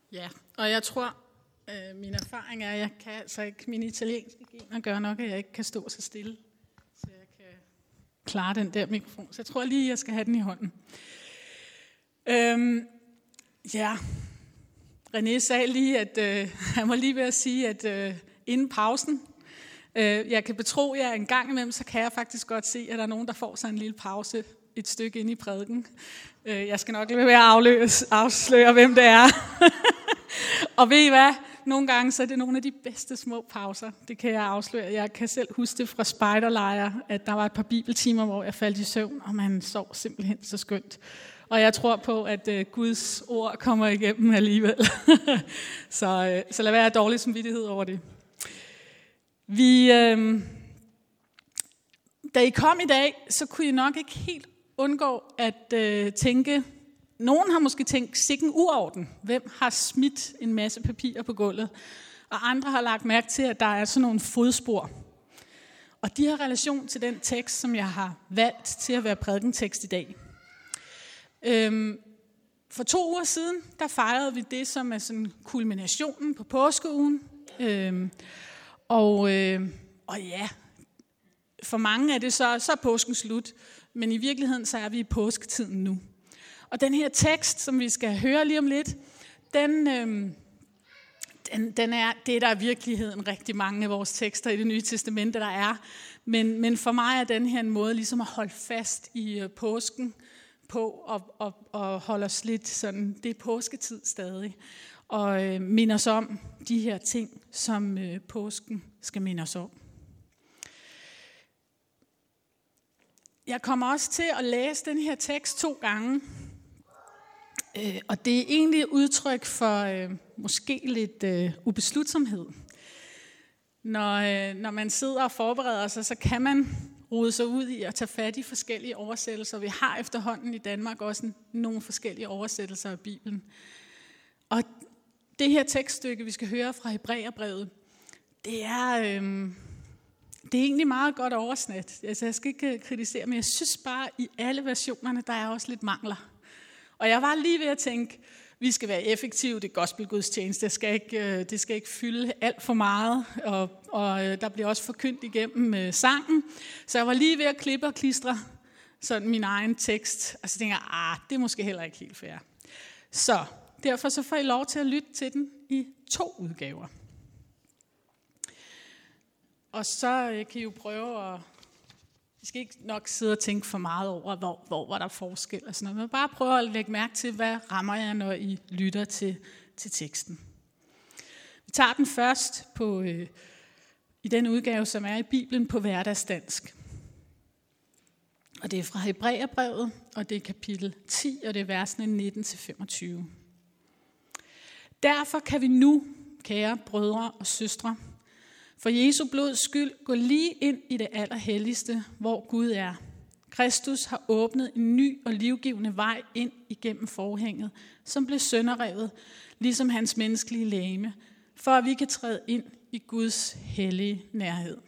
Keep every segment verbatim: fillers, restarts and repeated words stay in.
Ja, og jeg tror, øh, min erfaring er, at jeg kan altså ikke, min italienske gener gør nok, at jeg ikke kan stå så stille, så jeg kan klare den der mikrofon. Så jeg tror lige, jeg skal have den i hånden. Øhm, ja, René sagde lige, at øh, han var lige ved at sige, at øh, inden pausen, øh, jeg kan betro jer en gang imellem, så kan jeg faktisk godt se, at der er nogen, der får sig en lille pause et stykke ind i prædiken. Øh, jeg skal nok lade være at afsløre, afsløre, hvem det er. Og ved I hvad? Nogle gange så er det nogle af de bedste små pauser. Det kan jeg afsløre. Jeg kan selv huske det fra spejderlejre, at der var et par bibeltimer, hvor jeg faldt i søvn, og man sov simpelthen så skønt. Og jeg tror på, at uh, Guds ord kommer igennem alligevel. så, uh, så lad være dårlig samvittighed over det. Vi, uh, da I kom i dag, så kunne I nok ikke helt undgå at uh, tænke. Nogen har måske tænkt, sikken uorden. Hvem har smidt en masse papirer på gulvet? Og andre har lagt mærke til, at der er sådan nogle fodspor. Og de har relation til den tekst, som jeg har valgt til at være prædikentekst i dag. Øhm, for to uger siden, der fejrede vi det, som er sådan kulminationen på påskeugen. Øhm, og, øh, og ja, for mange er det så, så er påsken slut. Men i virkeligheden, så er vi i påsketiden nu. Og den her tekst, som vi skal høre lige om lidt, den, øhm, den, den er det, der er virkeligheden rigtig mange af vores tekster i Det Nye Testamente, der er. Men, men for mig er den her en måde ligesom at holde fast i øh, påsken på og, og, og holde os lidt sådan, det er påsketid stadig. Og øh, minde os om de her ting, som øh, påsken skal minde os om. Jeg kommer også til at læse den her tekst to gange. Øh, og det er egentlig et udtryk for øh, måske lidt øh, ubeslutsomhed. Når, øh, når man sidder og forbereder sig, så kan man rode sig ud i at tage fat i forskellige oversættelser. Vi har efterhånden i Danmark også nogle forskellige oversættelser af Bibelen. Og det her tekststykke, vi skal høre fra Hebræerbrevet, det er, øh, det er egentlig meget godt oversat. Altså, jeg skal ikke kritisere, men jeg synes bare, i alle versionerne, der er også lidt mangler. Og jeg var lige ved at tænke, vi skal være effektive, det er gospelgudstjeneste, det skal ikke, det skal ikke fylde alt for meget, og, og der bliver også forkyndt igennem sangen. Så jeg var lige ved at klippe og klistre sådan min egen tekst, og så tænker jeg, ah, det er måske heller ikke helt fair. Så derfor så får I lov til at lytte til den i to udgaver. Og så kan I jo prøve at... Jeg skal ikke nok sidde og tænke for meget over, hvor, hvor var der forskel og sådan noget. Men bare prøve at lægge mærke til, hvad rammer jeg, når I lytter til, til teksten. Vi tager den først på, øh, i den udgave, som er i Bibelen på hverdagsdansk. Og det er fra Hebræerbrevet, og det er kapitel ti, og det er versene nitten til femogtyve. Derfor kan vi nu, kære brødre og søstre, for Jesu blods skyld, gå lige ind i det allerhelligste, hvor Gud er. Kristus har åbnet en ny og livgivende vej ind igennem forhænget, som blev sønderrevet, ligesom hans menneskelige legeme, for at vi kan træde ind i Guds hellige nærhed.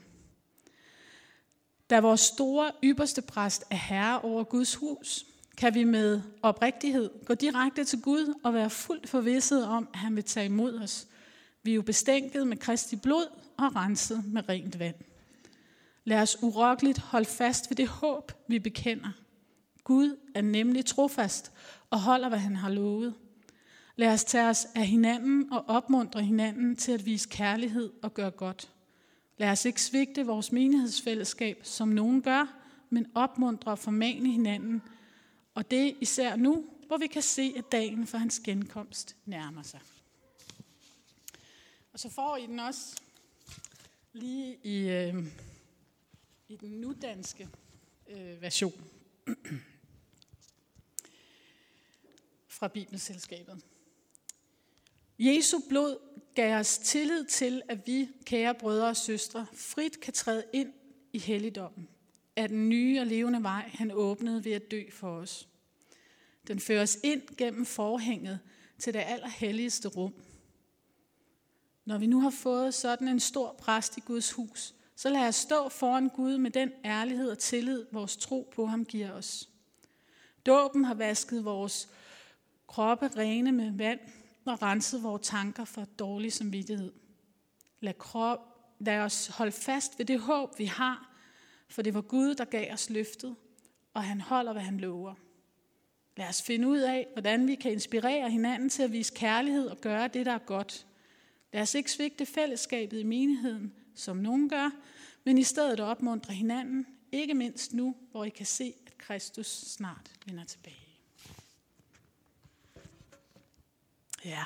Da vores store ypperste præst er herre over Guds hus, kan vi med oprigtighed gå direkte til Gud og være fuldt forvisset om, at han vil tage imod os. Vi er jo bestænket med Kristi blod og renset med rent vand. Lad os urokkeligt holde fast ved det håb, vi bekender. Gud er nemlig trofast og holder, hvad han har lovet. Lad os tage os af hinanden og opmuntre hinanden til at vise kærlighed og gøre godt. Lad os ikke svigte vores menighedsfællesskab, som nogen gør, men opmuntre og formane hinanden. Og det især nu, hvor vi kan se, at dagen for hans genkomst nærmer sig. Og så får I den også lige i, øh, i den nudanske øh, version fra Bibelselskabet. Jesu blod gav os tillid til, at vi, kære brødre og søstre, frit kan træde ind i helligdommen af den nye og levende vej, han åbnede ved at dø for os. Den fører os ind gennem forhænget til det allerhelligste rum. Når vi nu har fået sådan en stor præst i Guds hus, så lad os stå foran Gud med den ærlighed og tillid, vores tro på ham giver os. Dåben har vasket vores kroppe rene med vand, og renset vores tanker for dårlig samvittighed. Lad, krop, lad os holde fast ved det håb, vi har, for det var Gud, der gav os løftet, og han holder, hvad han lover. Lad os finde ud af, hvordan vi kan inspirere hinanden til at vise kærlighed og gøre det, der er godt. Lad os ikke svigte fællesskabet i menigheden, som nogen gør, men i stedet opmuntre hinanden, ikke mindst nu, hvor I kan se, at Kristus snart vender tilbage. Ja.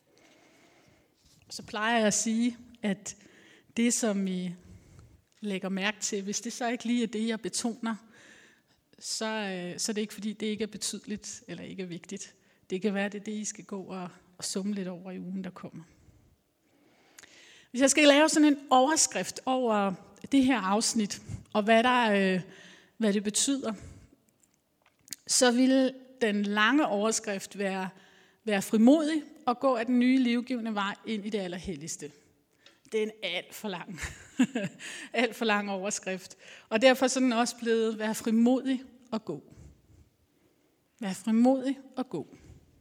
Så plejer jeg at sige, at det, som I lægger mærke til, hvis det så ikke lige er det, jeg betoner, så, øh, så er det ikke, fordi det ikke er betydeligt eller ikke er vigtigt. Det kan være, det er det, I skal gå og, og summe lidt over i ugen, der kommer. Hvis jeg skal lave sådan en overskrift over det her afsnit, og hvad, der, øh, hvad det betyder, så vil den lange overskrift være, være frimodig og gå af den nye livgivende vej ind i det allerhelligste. Det er en alt for lang, alt for lang overskrift. Og derfor er den også blevet, vær frimodig og gå. Vær frimodig og gå.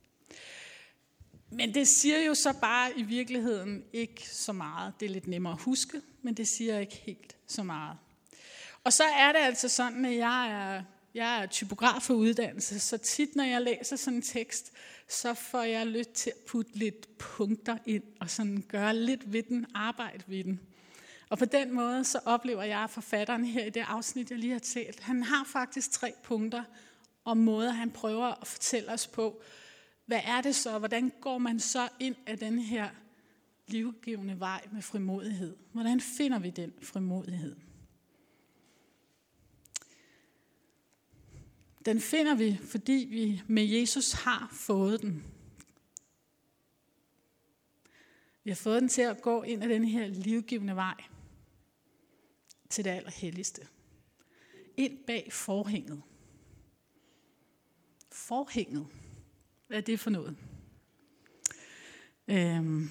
Men det siger jo så bare i virkeligheden ikke så meget. Det er lidt nemmere at huske, men det siger ikke helt så meget. Og så er det altså sådan, at jeg er, jeg er typograf for uddannelse, så tit når jeg læser sådan en tekst, så får jeg lyst til at putte lidt punkter ind, og sådan gøre lidt ved den, arbejde ved den. Og på den måde, så oplever jeg, at forfatteren her i det afsnit, jeg lige har talt, han har faktisk tre punkter om måder, han prøver at fortælle os på, hvad er det så, hvordan går man så ind af den her livgivende vej med frimodighed? Hvordan finder vi den frimodighed? Den finder vi, fordi vi med Jesus har fået den. Vi har fået den til at gå ind ad den her livgivende vej til det allerhelligste. Ind bag forhænget. Forhænget. Hvad er det for noget? Øhm.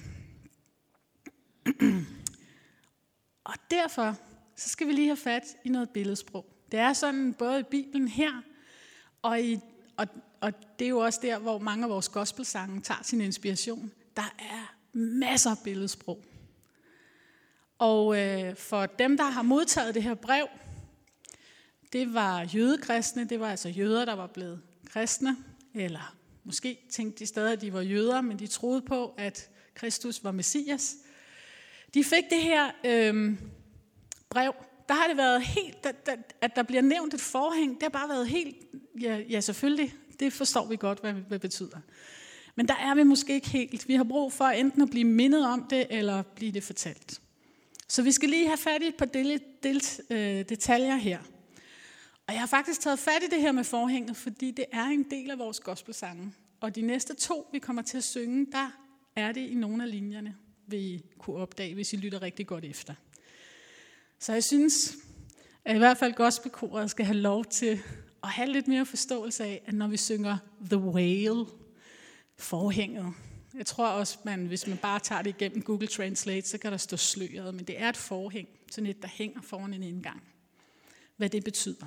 Og derfor så skal vi lige have fat i noget billedsprog. Det er sådan både i Bibelen her, og, i, og, og det er jo også der, hvor mange af vores gospelsange tager sin inspiration. Der er masser af billedsprog. Og øh, for dem, der har modtaget det her brev, det var jødekristne, det var altså jøder, der var blevet kristne, eller måske tænkte de stadig, at de var jøder, men de troede på, at Kristus var Messias. De fik det her øh, brev. Der har det været helt, at der bliver nævnt et forhæng, det har bare været helt, ja, ja selvfølgelig, det forstår vi godt, hvad det betyder. Men der er vi måske ikke helt. Vi har brug for enten at blive mindet om det, eller blive det fortalt. Så vi skal lige have fat i et par del, del, øh, detaljer her. Og jeg har faktisk taget fat i det her med forhænget, fordi det er en del af vores gospelsange. Og de næste to, vi kommer til at synge, der er det i nogle af linjerne, vil I kunne opdage, hvis I lytter rigtig godt efter. Så jeg synes, at i hvert fald gospelkoret skal have lov til at have lidt mere forståelse af, at når vi synger The Whale, forhænget. Jeg tror også, man, hvis man bare tager det igennem Google Translate, så kan der stå sløret, men det er et forhæng, sådan et, der hænger foran en indgang. Hvad det betyder.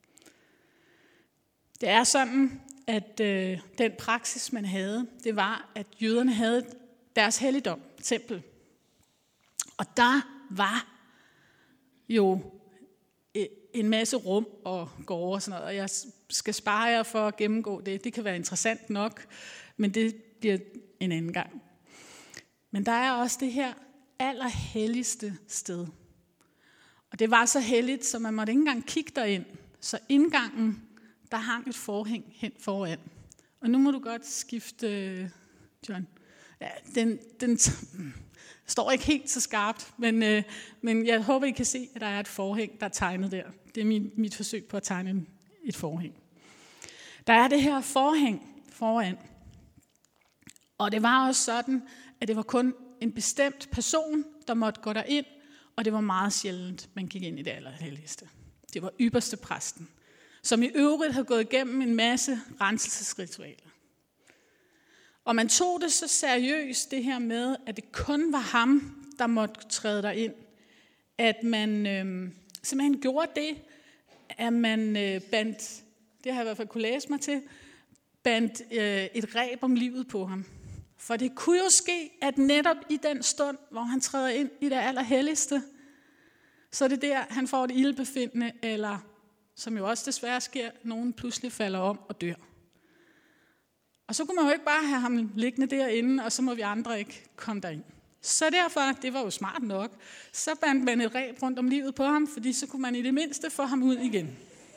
Det er sådan, at øh, den praksis, man havde, det var, at jøderne havde deres helligdom, tempel. Og der var jo en masse rum og gårde og sådan noget, og jeg skal spare jer for at gennemgå det. Det kan være interessant nok, men det bliver en anden gang. Men der er også det her allerhelligste sted. Og det var så helligt, så man måtte ikke engang kigge derind. Så indgangen, der hang et forhæng hen foran. Og nu må du godt skifte, John. Ja, den, den t- står ikke helt så skarpt, men, øh, men jeg håber, I kan se, at der er et forhæng, der er tegnet der. Det er mit, mit forsøg på at tegne et forhæng. Der er det her forhæng foran. Og det var også sådan, at det var kun en bestemt person, der måtte gå derind, og det var meget sjældent, man gik ind i det allerhelligste. Det var ypperste præsten, som i øvrigt havde gået igennem en masse renselsesritualer. Og man tog det så seriøst, det her med, at det kun var ham, der måtte træde derind. At man øh, simpelthen gjorde det, at man øh, bandt, det har jeg i hvert fald kunne læse mig til, bandt øh, et reb om livet på ham. For det kunne jo ske, at netop i den stund, hvor han træder ind i det allerhelligste, så er det der, han får et ildbefindende, eller som jo også desværre sker, nogen pludselig falder om og dør. Og så kunne man jo ikke bare have ham liggende derinde, og så må vi andre ikke komme derind. Så derfor, det var jo smart nok, så bandt man et reb rundt om livet på ham, fordi så kunne man i det mindste få ham ud igen.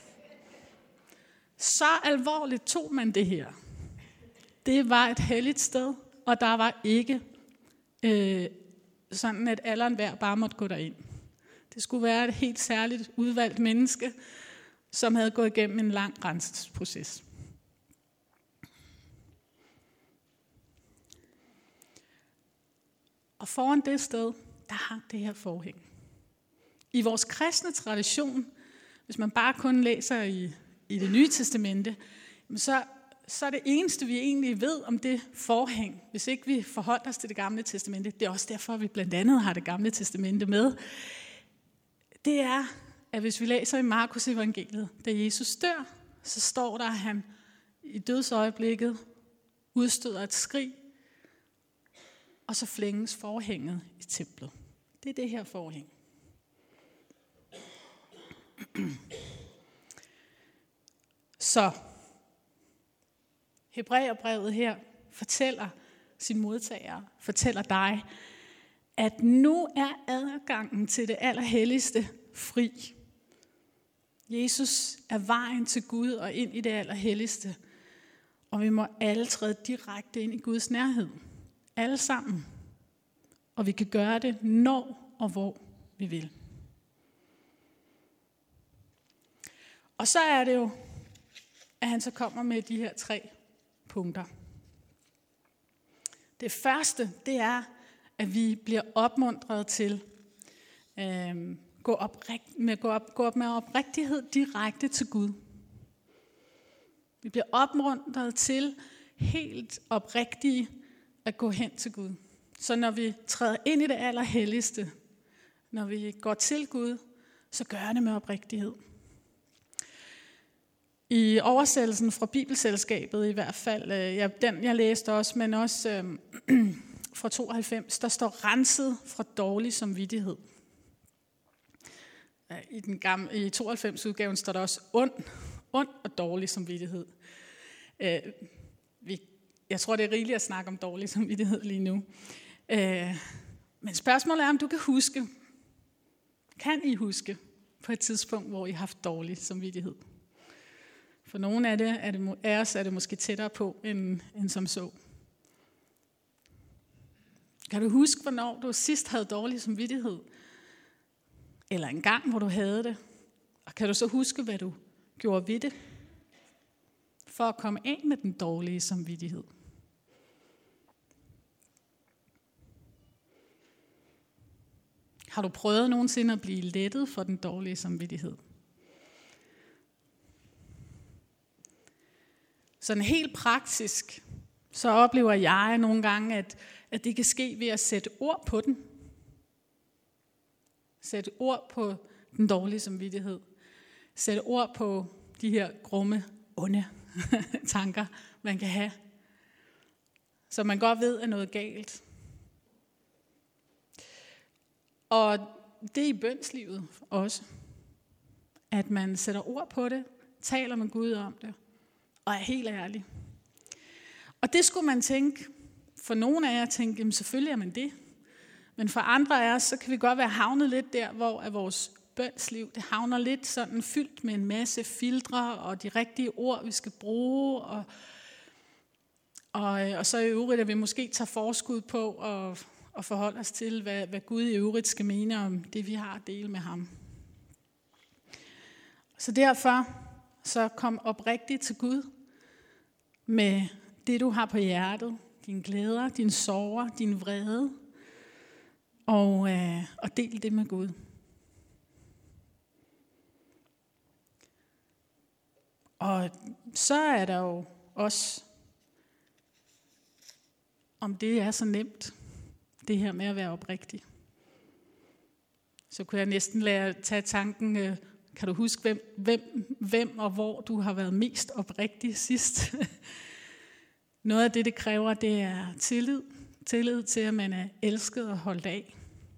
Så alvorligt tog man det her. Det var et helligt sted, og der var ikke øh, sådan, at alle og enhver bare måtte gå derind. Det skulle være et helt særligt udvalgt menneske, som havde gået igennem en lang renselsesproces. Og foran det sted, der hang det her forhæng. I vores kristne tradition, hvis man bare kun læser i, i det nye testamente, så, så er det eneste, vi egentlig ved om det forhæng, hvis ikke vi forholder os til det gamle testamente, det er også derfor, vi blandt andet har det gamle testamente med, det er, at hvis vi læser i Markus evangeliet, da Jesus dør, så står der, at han i dødsøjeblikket udstøder et skrig, og så flænges forhænget i templet. Det er det her forhæng. Så Hebræerbrevet her fortæller sin modtager, fortæller dig, at nu er adgangen til det allerhelligste fri. Jesus er vejen til Gud og ind i det allerhelligste, og vi må alle træde direkte ind i Guds nærhed. Alle sammen. Og vi kan gøre det, når og hvor vi vil. Og så er det jo, at han så kommer med de her tre punkter. Det første, det er, at vi bliver opmuntret til øh, gå oprigt, med, gå op, gå op med oprigtighed direkte til Gud. Vi bliver opmuntret til helt oprigtige at gå hen til Gud. Så når vi træder ind i det allerhelligste, når vi går til Gud, så gør det med oprigtighed. I oversættelsen fra Bibelselskabet i hvert fald, ja, den jeg læste også, men også øh, fra tooghalvfems, der står renset fra dårlig samvittighed. I den gamle, i tooghalvfems udgaven står der også ond, ond og dårlig samvittighed. Øh, vi Jeg tror, det er rigeligt at snakke om dårlig samvittighed lige nu. Øh, men spørgsmålet er, om du kan huske. Kan I huske på et tidspunkt, hvor I har haft dårlig samvittighed? For nogle af, det, er det, af os er det måske tættere på, end, end som så. Kan du huske, hvornår du sidst havde dårlig samvittighed? Eller en gang, hvor du havde det? Og kan du så huske, hvad du gjorde ved det? For at komme af med den dårlige samvittighed. Har du prøvet nogensinde at blive lettet for den dårlige samvittighed? Sådan helt praktisk, så oplever jeg nogle gange, at, at det kan ske ved at sætte ord på den. Sætte ord på den dårlige samvittighed. Sætte ord på de her grumme, onde tanker, man kan have. Så man godt ved, at noget er galt. Og det er i bønslivet også. At man sætter ord på det, taler med Gud om det, og er helt ærlig. Og det skulle man tænke, for nogle af jer tænke, jamen selvfølgelig er man det. Men for andre af os, så kan vi godt være havnet lidt der, hvor er vores bønsliv, det havner lidt sådan fyldt med en masse filtre og de rigtige ord, vi skal bruge. Og, og, og så i øvrigt, at vi måske tager forskud på og, og forholde os til, hvad, hvad Gud i øvrigt skal mene om det, vi har at dele med ham. Så derfor, så kom oprigtigt til Gud med det, du har på hjertet, dine glæder, dine sorger, din vrede, og, øh, og del det med Gud. Og så er der jo også, om det er så nemt, det her med at være oprigtig. Så kunne jeg næsten lade tage tanken, øh, kan du huske, hvem, hvem, hvem og hvor du har været mest oprigtig sidst? Noget af det, det kræver, det er tillid. Tillid til, at man er elsket og holdt af.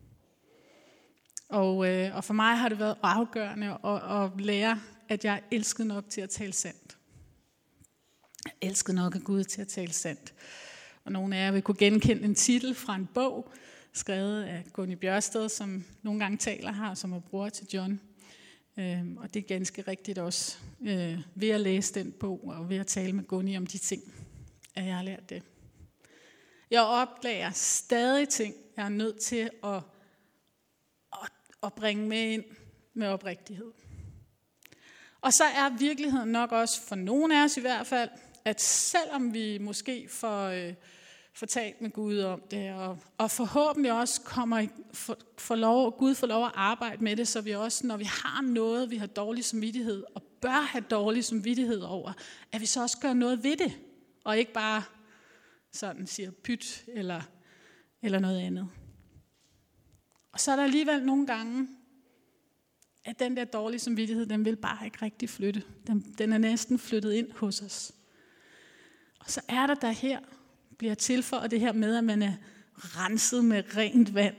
Og, øh, og for mig har det været afgørende at, at lære, at jeg er elsket nok til at tale sandt. Jeg er elsket nok af Gud til at tale sandt. Og nogle af jer vil kunne genkende en titel fra en bog, skrevet af Gunny Bjørsted, som nogle gange taler her, som er bror til John. Øh, og det er ganske rigtigt også øh, ved at læse den bog og ved at tale med Gunny om de ting, at jeg har lært det. Jeg opdager stadig ting, jeg er nødt til at, at, at bringe med ind med oprigtighed. Og så er virkeligheden nok også, for nogle af os i hvert fald, at selvom vi måske får, øh, får talt med Gud om det, og, og forhåbentlig også kommer for, for lov, Gud får lov at arbejde med det, så vi også, når vi har noget, vi har dårlig samvittighed, og bør have dårlig samvittighed over, at vi så også gør noget ved det, og ikke bare sådan siger pyt eller, eller noget andet. Og så er der alligevel nogle gange, at den der dårlige samvittighed, den vil bare ikke rigtig flytte. Den, den er næsten flyttet ind hos os. Og så er der der her, bliver tilføjet det her med, at man er renset med rent vand.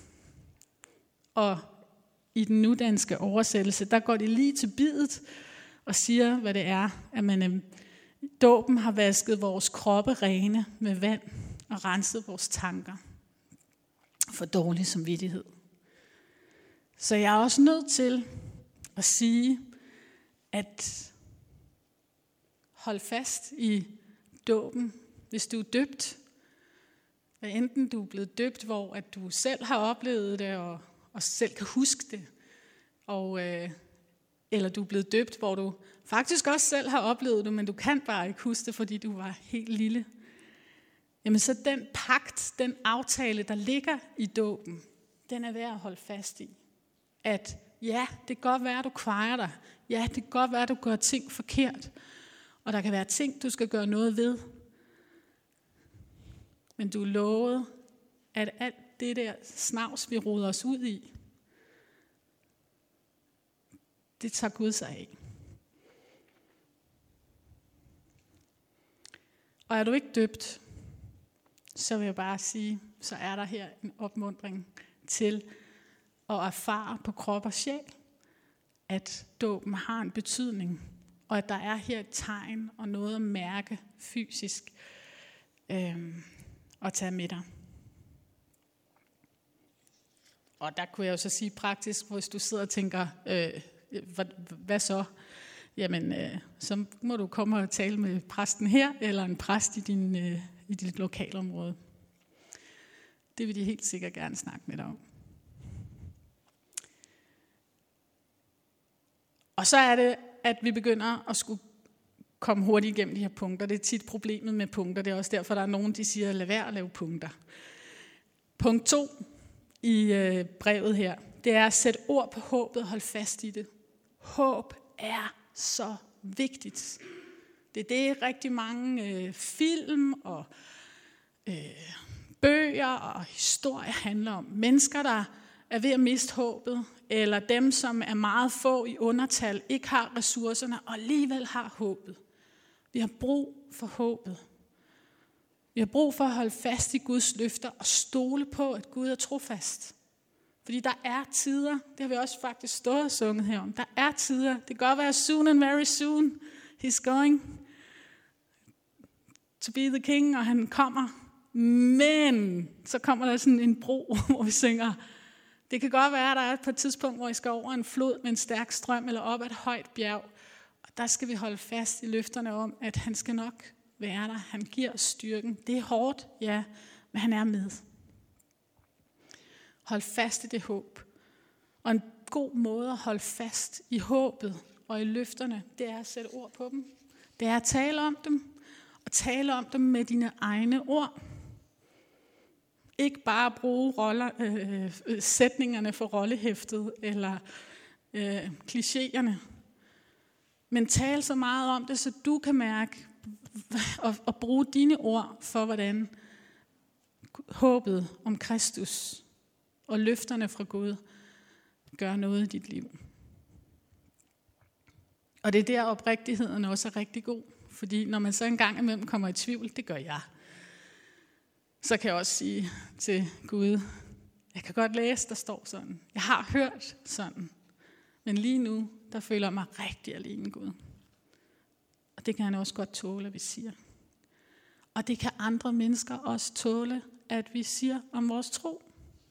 Og i den nudanske oversættelse, der går det lige til bidet og siger, hvad det er, at man dåben har vasket vores kroppe rene med vand og renset vores tanker for dårlig samvittighed. Så jeg er også nødt til at sige, at hold fast i dåben, hvis du er døbt. Hvad enten du er blevet døbt, hvor at du selv har oplevet det og, og selv kan huske det, og, øh, eller du er blevet døbt, hvor du faktisk også selv har oplevet det, men du kan bare ikke huske det, fordi du var helt lille. Jamen så den pagt, den aftale, der ligger i dåben, den er værd at holde fast i. At ja, det kan godt være, at du kvejer dig. Ja, det kan godt være, at du gør ting forkert. Og der kan være ting, du skal gøre noget ved. Men du er lovet, at alt det der snavs, vi roder os ud i, det tager Gud sig af. Og er du ikke døbt, så vil jeg bare sige, så er der her en opmuntring til at erfare på krop og sjæl, at dåben har en betydning, og at der er her et tegn og noget at mærke fysisk øh, og tage med dig. Og der kunne jeg jo så sige praktisk, hvis du sidder og tænker, øh, hvad, hvad så? Jamen, øh, så må du komme og tale med præsten her, eller en præst i, din, øh, i dit lokalområde. Det vil de helt sikkert gerne snakke med dig om. Og så er det, at vi begynder at skulle komme hurtigt igennem de her punkter. Det er tit problemet med punkter. Det er også derfor, der er nogen, der siger, lad være at lave punkter. Punkt to i øh, brevet her, det er at sætte ord på håbet og holde fast i det. Håb er så vigtigt. Det er det, rigtig mange øh, film og øh, bøger og historier handler om. Mennesker, der er ved at miste håbet, eller dem, som er meget få i undertal, ikke har ressourcerne, og alligevel har håbet. Vi har brug for håbet. Vi har brug for at holde fast i Guds løfter og stole på, at Gud er trofast. Fordi der er tider, det har vi også faktisk stået og sunget her om, der er tider, det kan godt være soon and very soon, he's going to be the king, og han kommer. Men så kommer der sådan en bro, hvor vi synger, det kan godt være, at der er på et tidspunkt, hvor I skal over en flod med en stærk strøm, eller op ad et højt bjerg. Og der skal vi holde fast i løfterne om, at han skal nok være der. Han giver os styrken. Det er hårdt, ja, men han er med. Hold fast i det håb. Og en god måde at holde fast i håbet og i løfterne, det er at sætte ord på dem. Det er at tale om dem, og tale om dem med dine egne ord. Ikke bare bruge roller, øh, sætningerne for rollehæftet eller øh, klichéerne, men tale så meget om det, så du kan mærke og, og bruge dine ord for, hvordan håbet om Kristus og løfterne fra Gud gør noget i dit liv. Og det er der oprigtigheden også er rigtig god, Fordi når man så en gang imellem kommer i tvivl, det gør jeg, så kan jeg også sige til Gud, jeg kan godt læse, der står sådan. Jeg har hørt sådan. Men lige nu, der føler jeg mig rigtig alene, Gud. Og det kan han også godt tåle, at vi siger. Og det kan andre mennesker også tåle, at vi siger om vores tro.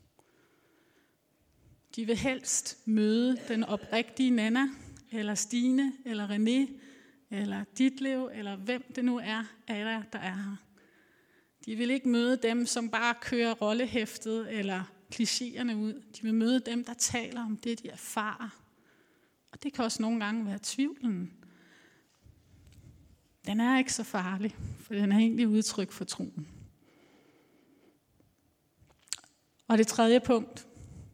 De vil helst møde den oprigtige Nana, eller Stine, eller René, eller Ditlev, eller hvem det nu er af jer, der er her. De vil ikke møde dem, som bare kører rollehæftet eller klichéerne ud. De vil møde dem, der taler om det, de erfarer. Og det kan også nogle gange være tvivlen. Den er ikke så farlig, for den er egentlig udtryk for troen. Og det tredje punkt,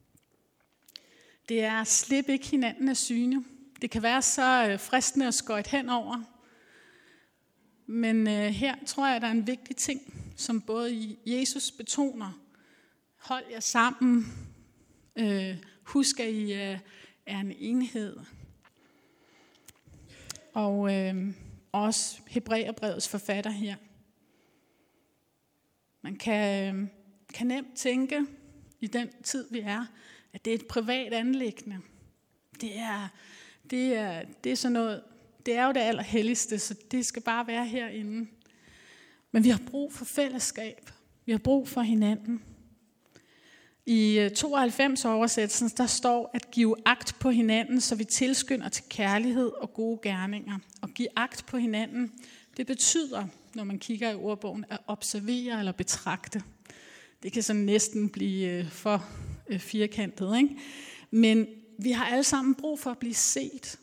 det er, slip ikke hinanden af syne. Det kan være så fristende at skøjte henover. Men her tror jeg, der er en vigtig ting, som både Jesus betoner. Hold jer sammen. Husk, at I er en enhed. Og øh, også Hebræerbrevets forfatter her. Man kan, kan nemt tænke i den tid, vi er, at det er et privat anliggende. Det er, det er, det er sådan noget, det er jo det allerhelligste, så det skal bare være herinde. Men vi har brug for fællesskab. Vi har brug for hinanden. I tooghalvfems-oversættelsen, der står at give agt på hinanden, så vi tilskynder til kærlighed og gode gerninger. Og give agt på hinanden, det betyder, når man kigger i ordbogen, at observere eller betragte. Det kan sådan næsten blive for firkantet, ikke? Men vi har alle sammen brug for at blive set.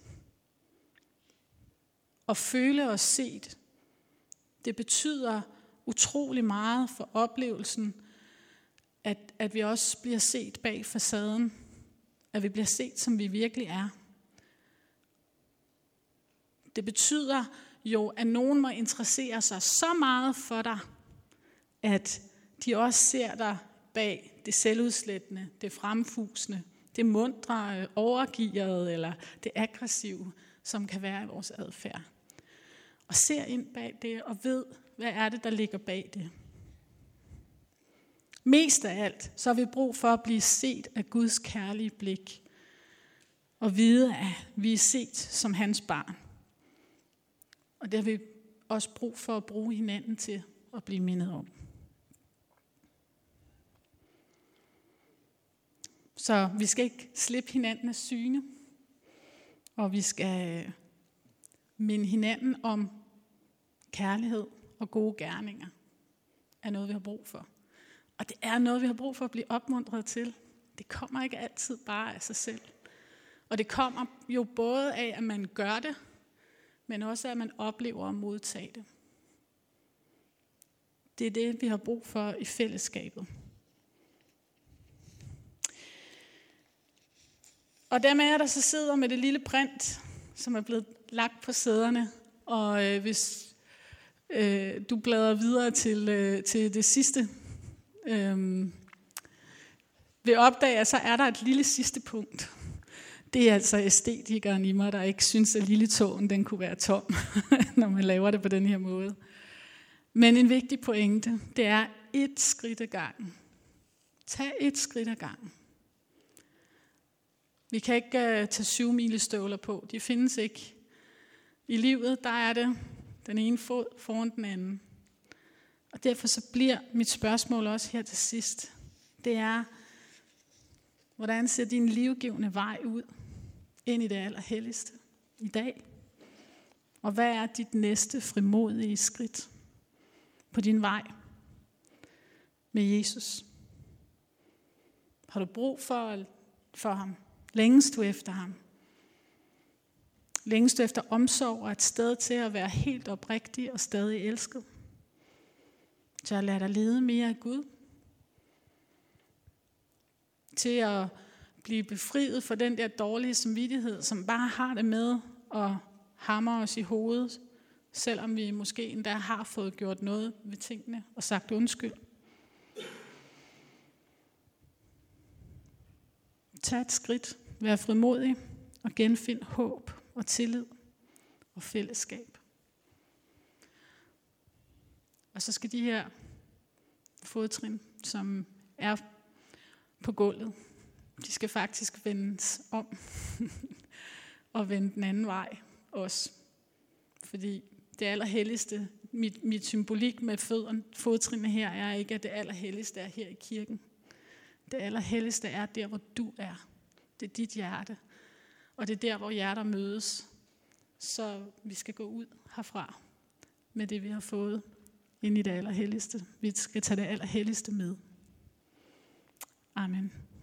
Og føle os set. Det betyder utrolig meget for oplevelsen, At, at vi også bliver set bag facaden. At vi bliver set, som vi virkelig er. Det betyder jo, at nogen må interessere sig så meget for dig, at de også ser dig bag det selvudslættende, det fremfusende, det mundre, overgearede eller det aggressive, som kan være i vores adfærd. Og ser ind bag det og ved, hvad er det, der ligger bag det. Mest af alt, så har vi brug for at blive set af Guds kærlige blik. Og vide, at vi er set som hans barn. Og det har vi også brug for at bruge hinanden til at blive mindet om. Så vi skal ikke slippe hinanden af syne. Og vi skal minde hinanden om kærlighed og gode gerninger. Er noget, vi har brug for. Og det er noget, vi har brug for at blive opmuntret til. Det kommer ikke altid bare af sig selv. Og det kommer jo både af, at man gør det, men også af, at man oplever at modtage det. Det er det, vi har brug for i fællesskabet. Og dem af jer, der så sidder med det lille print, som er blevet lagt på sæderne, og øh, hvis øh, du bladrer videre til, øh, til det sidste, Øhm, vil opdage, at så er der et lille sidste punkt. Det er altså æstetikeren i mig, der ikke synes, at lille tåen den kunne være tom, når man laver det på den her måde. Men en vigtig pointe, det er et skridt ad gangen. Tag et skridt ad gangen. Vi kan ikke uh, tage syv milestøvler på. De findes ikke. I livet, der er det den ene fod foran den anden. Og derfor så bliver mit spørgsmål også her til sidst. Det er, hvordan ser din livgivende vej ud ind i det allerhelligste i dag? Og hvad er dit næste frimodige skridt på din vej med Jesus? Har du brug for, for ham? Længes du efter ham? Længes du efter omsorg og et sted til at være helt oprigtig og stadig elsket? Til at lade dig lede mere af Gud. Til at blive befriet fra den der dårlige samvittighed, som bare har det med at hamre os i hovedet, selvom vi måske endda har fået gjort noget ved tingene og sagt undskyld. Tag et skridt, vær frimodig og genfind håb og tillid og fællesskab. Og så skal de her fodtrin, som er på gulvet, de skal faktisk vendes om og vende den anden vej også. Fordi det allerhelligste, mit, mit symbolik med fødderne, fodtrinene her, er ikke, at det allerhelligste er her i kirken. Det allerhelligste er der, hvor du er. Det er dit hjerte. Og det er der, hvor hjerter mødes. Så vi skal gå ud herfra med det, vi har fået ind i det allerhelligste. Vi skal tage det allerhelligste med. Amen.